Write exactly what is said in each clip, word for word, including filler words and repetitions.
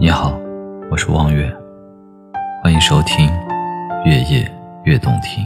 你好，我是望月，欢迎收听月夜越动听。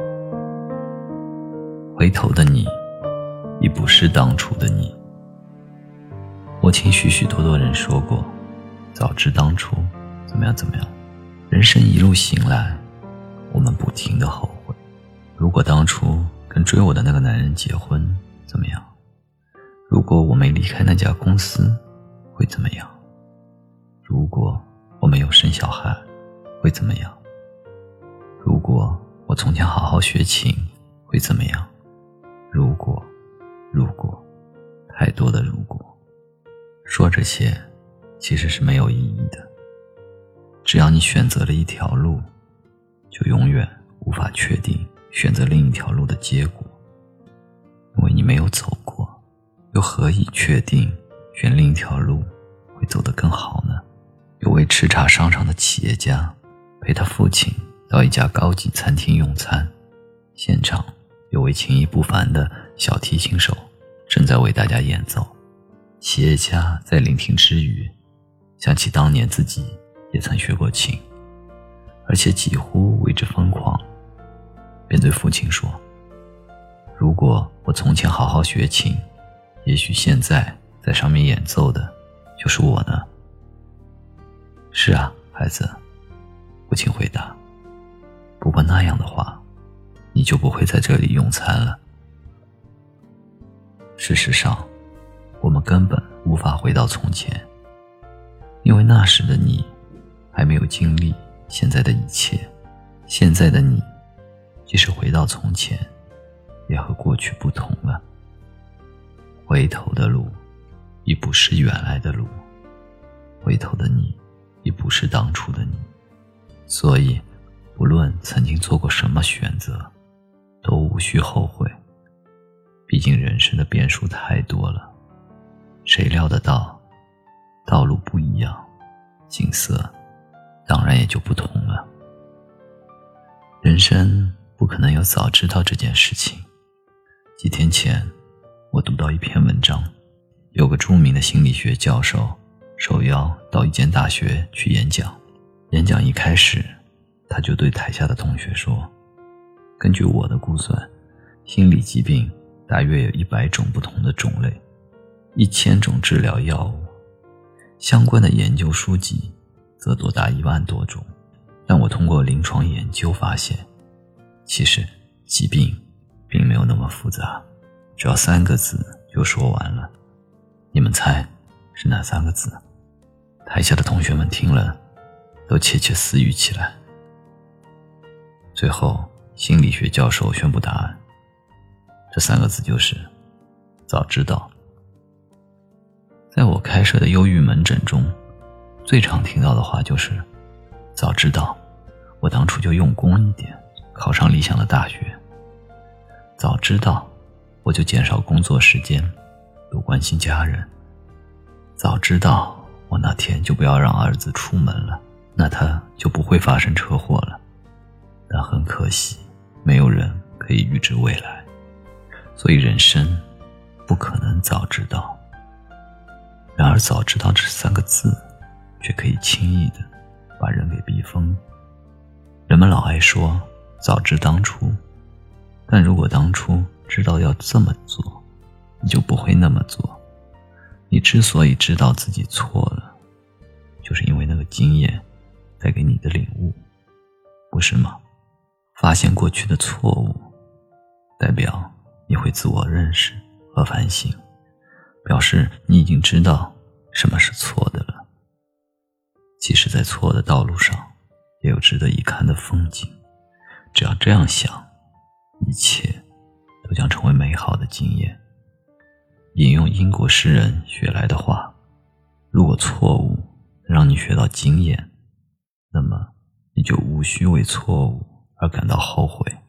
回头的你已不是当初的你。我听许许多多人说过，早知当初怎么样怎么样。人生一路行来，我们不停地后悔，如果当初跟追我的那个男人结婚怎么样，如果我没离开那家公司会怎么样，如果我没有生小孩会怎么样，如果我从前好好学琴会怎么样，如果如果太多的如果。说这些其实是没有意义的，只要你选择了一条路，就永远无法确定选择另一条路的结果，因为你没有走过，又何以确定选另一条路会走得更好呢？有位叱咤商场的企业家陪他父亲到一家高级餐厅用餐，现场有位情意不凡的小提琴手正在为大家演奏。企业家在聆听之余，想起当年自己也曾学过琴，而且几乎为之疯狂，便对父亲说，如果我从前好好学琴，也许现在在上面演奏的就是我呢。是啊，孩子，父亲回答，不过那样的话，你就不会在这里用餐了。事实上，我们根本无法回到从前，因为那时的你还没有经历现在的一切，现在的你即使回到从前，也和过去不同了。回头的路已不是原来的路，回头的你已不是当初的你，所以不论曾经做过什么选择，都无需后悔，毕竟人生的变数太多了，谁料得到道路不一样，景色当然也就不同了。人生不可能有早知道这件事情。几天前我读到一篇文章，有个著名的心理学教授受邀到一间大学去演讲。演讲一开始，他就对台下的同学说，根据我的估算，心理疾病大约有一百种不同的种类，一千种治疗药物，相关的研究书籍则多达一万多种。但我通过临床研究发现，其实疾病并没有那么复杂，只要三个字就说完了。你们猜是哪三个字？台下的同学们听了都窃窃私语起来。最后心理学教授宣布答案，这三个字就是早知道。在我开设的忧郁门诊中，最常听到的话就是早知道我当初就用功一点，考上理想的大学，早知道我就减少工作时间，多关心家人，早知道我那天就不要让儿子出门了，那他就不会发生车祸了。但很可惜，没有人可以预知未来，所以人生不可能早知道。然而早知道这三个字却可以轻易的把人给逼疯。人们老爱说早知当初，但如果当初知道要这么做，你就不会那么做。你之所以知道自己错了，就是因为那个经验带给你的领悟，不是吗？发现过去的错误，代表你会自我认识和反省，表示你已经知道什么是错的了。即使在错的道路上，也有值得一看的风景。只要这样想，一切都将成为美好的经验。引用英国诗人雪莱的话，如果错误让你学到经验，那么你就无需为错误而感到后悔。